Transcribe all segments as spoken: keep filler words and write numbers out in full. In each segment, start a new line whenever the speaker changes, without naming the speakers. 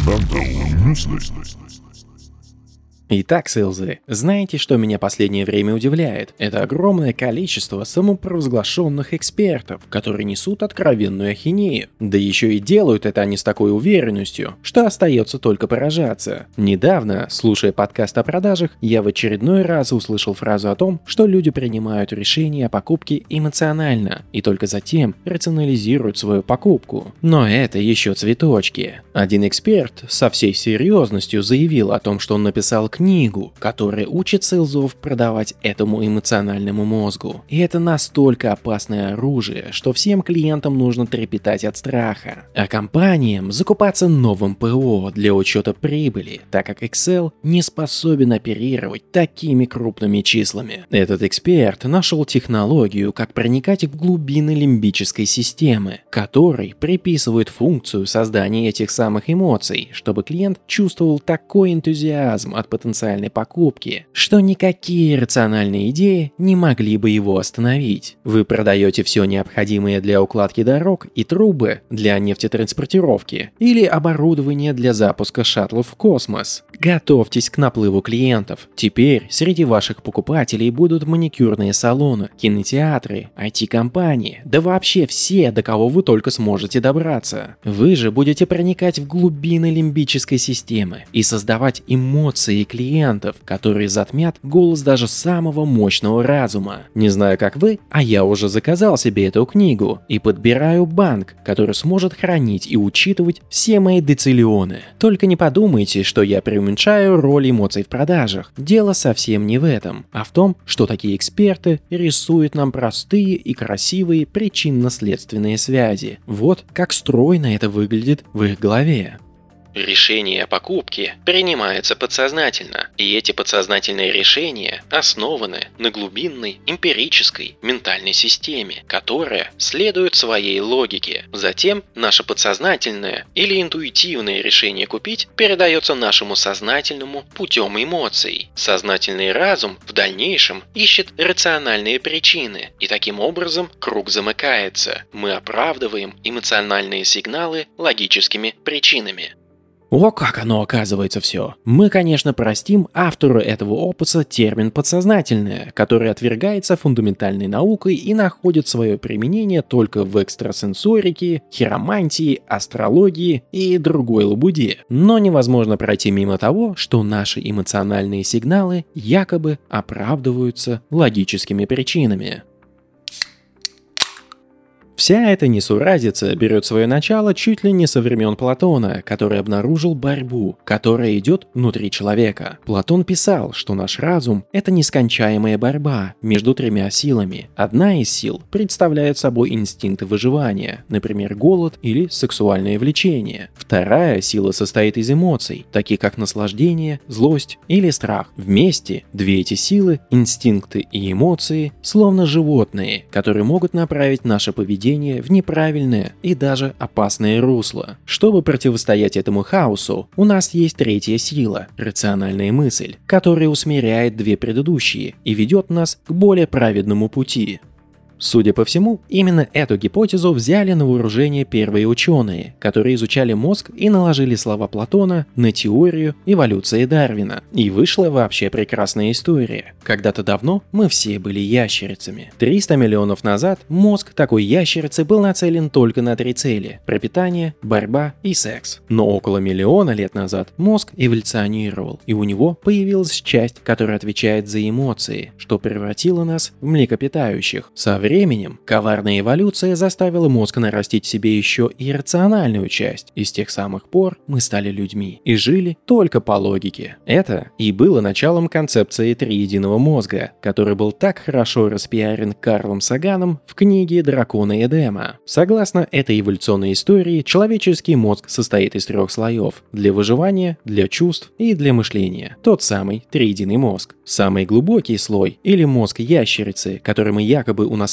Ментал мысли.
Итак, селзы, знаете, что меня последнее время удивляет? Это огромное количество самопровозглашенных экспертов, которые несут откровенную ахинею. Да еще и делают это они с такой уверенностью, что остается только поражаться. Недавно, слушая подкаст о продажах, я в очередной раз услышал фразу о том, что люди принимают решение о покупке эмоционально и только затем рационализируют свою покупку. Но это еще цветочки. Один эксперт со всей серьезностью заявил о том, что он написал книгу, которая учит селзов продавать этому эмоциональному мозгу. И это настолько опасное оружие, что всем клиентам нужно трепетать от страха, а компаниям закупаться новым ПО для учета прибыли, так как Excel не способен оперировать такими крупными числами. Этот эксперт нашел технологию, как проникать в глубины лимбической системы, которой приписывают функцию создания этих самых эмоций, чтобы клиент чувствовал такой энтузиазм от потенциальной покупки, что никакие рациональные идеи не могли бы его остановить. Вы продаете все необходимое для укладки дорог и трубы для нефтетранспортировки или оборудование для запуска шаттлов в космос. Готовьтесь к наплыву клиентов. Теперь среди ваших покупателей будут маникюрные салоны, кинотеатры, ай ти-компании, да вообще все, до кого вы только сможете добраться. Вы же будете проникать в глубины лимбической системы и создавать эмоции клиентов, которые затмят голос даже самого мощного разума. Не знаю, как вы, а я уже заказал себе эту книгу и подбираю банк, который сможет хранить и учитывать все мои дециллионы. Только не подумайте, что я преуменьшаю роль эмоций в продажах. Дело совсем не в этом, а в том, что такие эксперты рисуют нам простые и красивые причинно-следственные связи. Вот как стройно это выглядит в их голове.
Решение о покупке принимается подсознательно, и эти подсознательные решения основаны на глубинной эмпирической ментальной системе, которая следует своей логике. Затем наше подсознательное или интуитивное решение купить передается нашему сознательному путем эмоций. Сознательный разум в дальнейшем ищет рациональные причины, и таким образом круг замыкается. Мы оправдываем эмоциональные сигналы логическими причинами.
О, как оно оказывается все. Мы, конечно, простим автору этого опуса термин «подсознательное», который отвергается фундаментальной наукой и находит свое применение только в экстрасенсорике, хиромантии, астрологии и другой лабуде. Но невозможно пройти мимо того, что наши эмоциональные сигналы якобы оправдываются логическими причинами. Вся эта несуразица берет свое начало чуть ли не со времен Платона, который обнаружил борьбу, которая идет внутри человека. Платон писал, что наш разум – это нескончаемая борьба между тремя силами. Одна из сил представляет собой инстинкты выживания, например, голод или сексуальное влечение. Вторая сила состоит из эмоций, таких как наслаждение, злость или страх. Вместе две эти силы, инстинкты и эмоции, словно животные, которые могут направить наше поведение в неправильное и даже опасное русло. Чтобы противостоять этому хаосу, у нас есть третья сила – рациональная мысль, которая усмиряет две предыдущие и ведет нас к более праведному пути. Судя по всему, именно эту гипотезу взяли на вооружение первые ученые, которые изучали мозг и наложили слова Платона на теорию эволюции Дарвина. И вышла вообще прекрасная история. Когда-то давно мы все были ящерицами. триста миллионов назад мозг такой ящерицы был нацелен только на три цели – пропитание, борьба и секс. Но около миллиона лет назад мозг эволюционировал, и у него появилась часть, которая отвечает за эмоции, что превратило нас в млекопитающих. Со временем коварная эволюция заставила мозг нарастить себе еще и рациональную часть, и с тех самых пор мы стали людьми и жили только по логике. Это и было началом концепции триединого мозга, который был так хорошо распиарен Карлом Саганом в книге «Драконы Эдема». Согласно этой эволюционной истории, человеческий мозг состоит из трех слоев – для выживания, для чувств и для мышления. Тот самый триединый мозг. Самый глубокий слой, или мозг ящерицы, который мы якобы унаследовали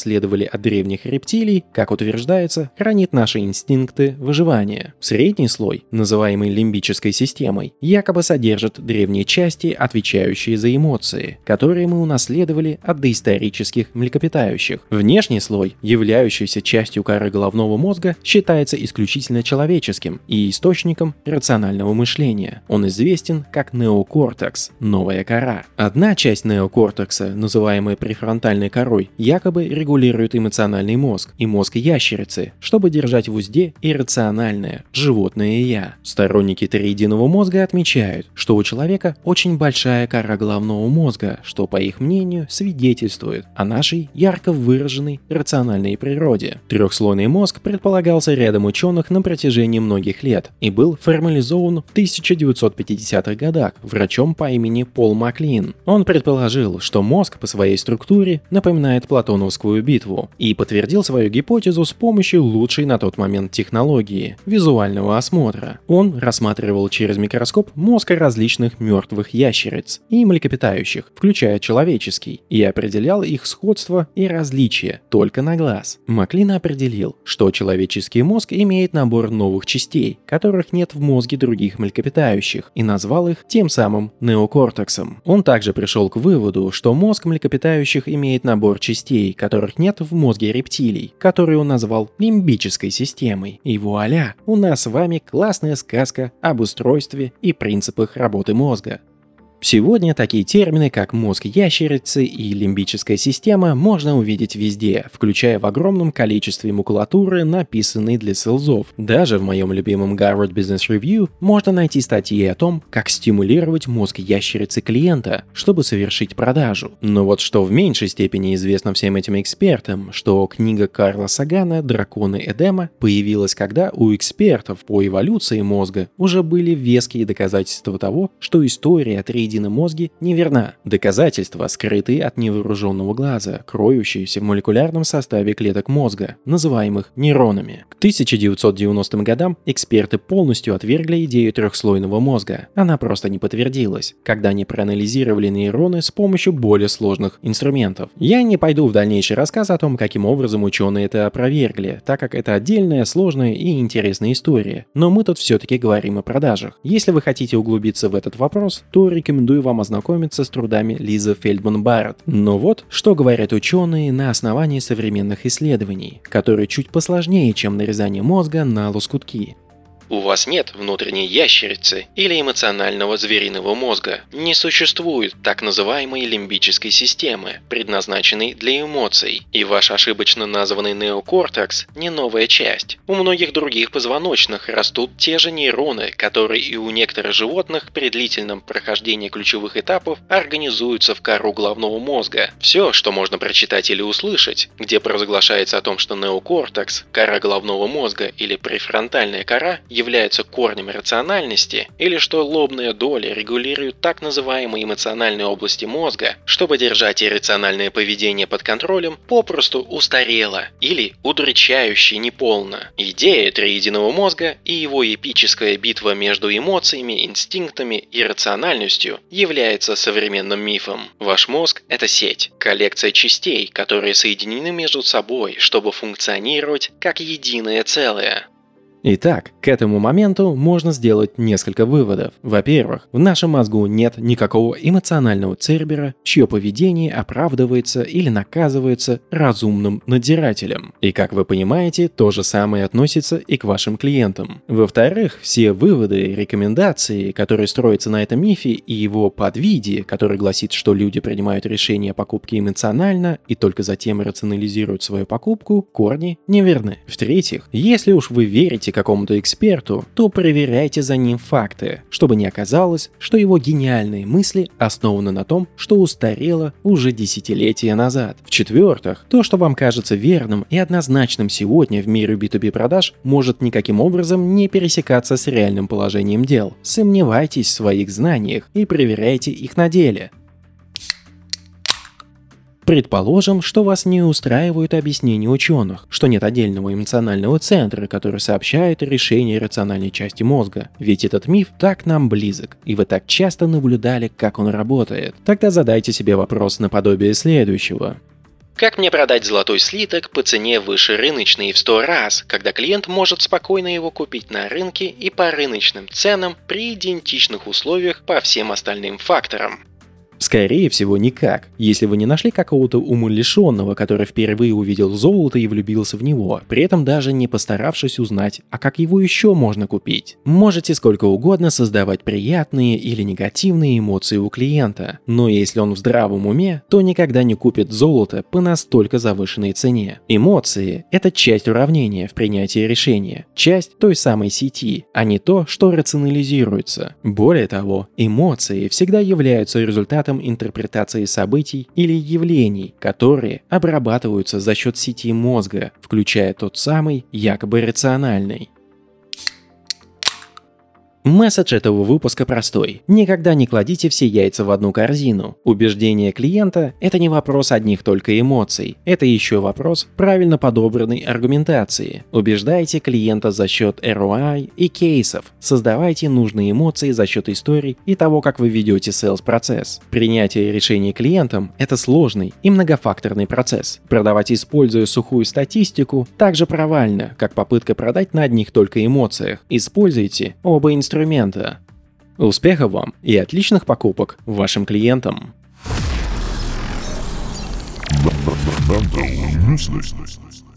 унаследовали от древних рептилий, как утверждается, хранит наши инстинкты выживания. Средний слой, называемый лимбической системой, якобы содержит древние части, отвечающие за эмоции, которые мы унаследовали от доисторических млекопитающих. Внешний слой, являющийся частью коры головного мозга, считается исключительно человеческим и источником рационального мышления. Он известен как неокортекс, новая кора. Одна часть неокортекса, называемая префронтальной корой, якобы регулирует эмоциональный мозг и мозг ящерицы, чтобы держать в узде иррациональное, животное «я». Сторонники триединого мозга отмечают, что у человека очень большая кора головного мозга, что, по их мнению, свидетельствует о нашей ярко выраженной рациональной природе. Трехслойный мозг предполагался рядом ученых на протяжении многих лет и был формализован в тысяча девятьсот пятидесятых годах врачом по имени Пол Маклин. Он предположил, что мозг по своей структуре напоминает платоновскую битву и подтвердил свою гипотезу с помощью лучшей на тот момент технологии – визуального осмотра. Он рассматривал через микроскоп мозг различных мертвых ящериц и млекопитающих, включая человеческий, и определял их сходство и различия только на глаз. Маклин определил, что человеческий мозг имеет набор новых частей, которых нет в мозге других млекопитающих, и назвал их тем самым неокортексом. Он также пришел к выводу, что мозг млекопитающих имеет набор частей, которых нет в мозге рептилий, который он назвал лимбической системой. И вуаля, у нас с вами классная сказка об устройстве и принципах работы мозга. Сегодня такие термины, как мозг ящерицы и лимбическая система, можно увидеть везде, включая в огромном количестве макулатуры, написанной для селзов. Даже в моем любимом Harvard Business Review можно найти статьи о том, как стимулировать мозг ящерицы клиента, чтобы совершить продажу. Но вот что в меньшей степени известно всем этим экспертам, что книга Карла Сагана «Драконы Эдема» появилась, когда у экспертов по эволюции мозга уже были веские доказательства того, что история о триедином мозге неверна. Доказательства, скрытые от невооруженного глаза, кроющиеся в молекулярном составе клеток мозга, называемых нейронами. К тысяча девятьсот девяностым годам эксперты полностью отвергли идею трехслойного мозга. Она просто не подтвердилась, когда они проанализировали нейроны с помощью более сложных инструментов. Я не пойду в дальнейший рассказ о том, каким образом ученые это опровергли, так как это отдельная, сложная и интересная история. Но мы тут все-таки говорим о продажах. Если вы хотите углубиться в этот вопрос, то рекомендую Рекомендую вам ознакомиться с трудами Лизы Фельдман-Барретт. Но вот, что говорят ученые на основании современных исследований, которые чуть посложнее, чем нарезание мозга на лоскутки.
У вас нет внутренней ящерицы или эмоционального звериного мозга. Не существует так называемой лимбической системы, предназначенной для эмоций, и ваш ошибочно названный неокортекс не новая часть. У многих других позвоночных растут те же нейроны, которые и у некоторых животных при длительном прохождении ключевых этапов организуются в кору головного мозга. Все, что можно прочитать или услышать, где провозглашается о том, что неокортекс, кора головного мозга или префронтальная кора являются корнем рациональности, или что лобная доля регулирует так называемые эмоциональные области мозга, чтобы держать иррациональное поведение под контролем, попросту устарела или удручающе неполна. Идея триединого мозга и его эпическая битва между эмоциями, инстинктами и рациональностью является современным мифом. Ваш мозг – это сеть, коллекция частей, которые соединены между собой, чтобы функционировать как единое целое.
Итак, к этому моменту можно сделать несколько выводов. Во-первых, в нашем мозгу нет никакого эмоционального цербера, чье поведение оправдывается или наказывается разумным надзирателем. И как вы понимаете, то же самое относится и к вашим клиентам. Во-вторых, все выводы и рекомендации, которые строятся на этом мифе и его подвиде, который гласит, что люди принимают решение о покупке эмоционально и только затем рационализируют свою покупку, корни неверны. В-третьих, если уж вы верите какому-то эксперту, то проверяйте за ним факты, чтобы не оказалось, что его гениальные мысли основаны на том, что устарело уже десятилетия назад. В-четвертых, то, что вам кажется верным и однозначным сегодня в мире би ту би продаж, может никаким образом не пересекаться с реальным положением дел. Сомневайтесь в своих знаниях и проверяйте их на деле. Предположим, что вас не устраивают объяснения ученых, что нет отдельного эмоционального центра, который сообщает решение рациональной части мозга. Ведь этот миф так нам близок, и вы так часто наблюдали, как он работает. Тогда задайте себе вопрос наподобие следующего.
Как мне продать золотой слиток по цене выше рыночной в сто раз, когда клиент может спокойно его купить на рынке и по рыночным ценам при идентичных условиях по всем остальным факторам?
Скорее всего, никак, если вы не нашли какого-то умалишенного, который впервые увидел золото и влюбился в него, при этом даже не постаравшись узнать, а как его еще можно купить. Можете сколько угодно создавать приятные или негативные эмоции у клиента, но если он в здравом уме, то никогда не купит золото по настолько завышенной цене. Эмоции – это часть уравнения в принятии решения, часть той самой сети, а не то, что рационализируется. Более того, эмоции всегда являются результатом интерпретации событий или явлений, которые обрабатываются за счет сети мозга, включая тот самый якобы рациональный. Месседж этого выпуска простой. Никогда не кладите все яйца в одну корзину. Убеждение клиента – это не вопрос одних только эмоций. Это еще вопрос правильно подобранной аргументации. Убеждайте клиента за счет эр о ай и кейсов. Создавайте нужные эмоции за счет историй и того, как вы ведете селс-процесс. Принятие решений клиентам – это сложный и многофакторный процесс. Продавать, используя сухую статистику, так же провально, как попытка продать на одних только эмоциях. Используйте оба инструмента. инструмента. Успехов вам и отличных покупок вашим клиентам!
Mental useless.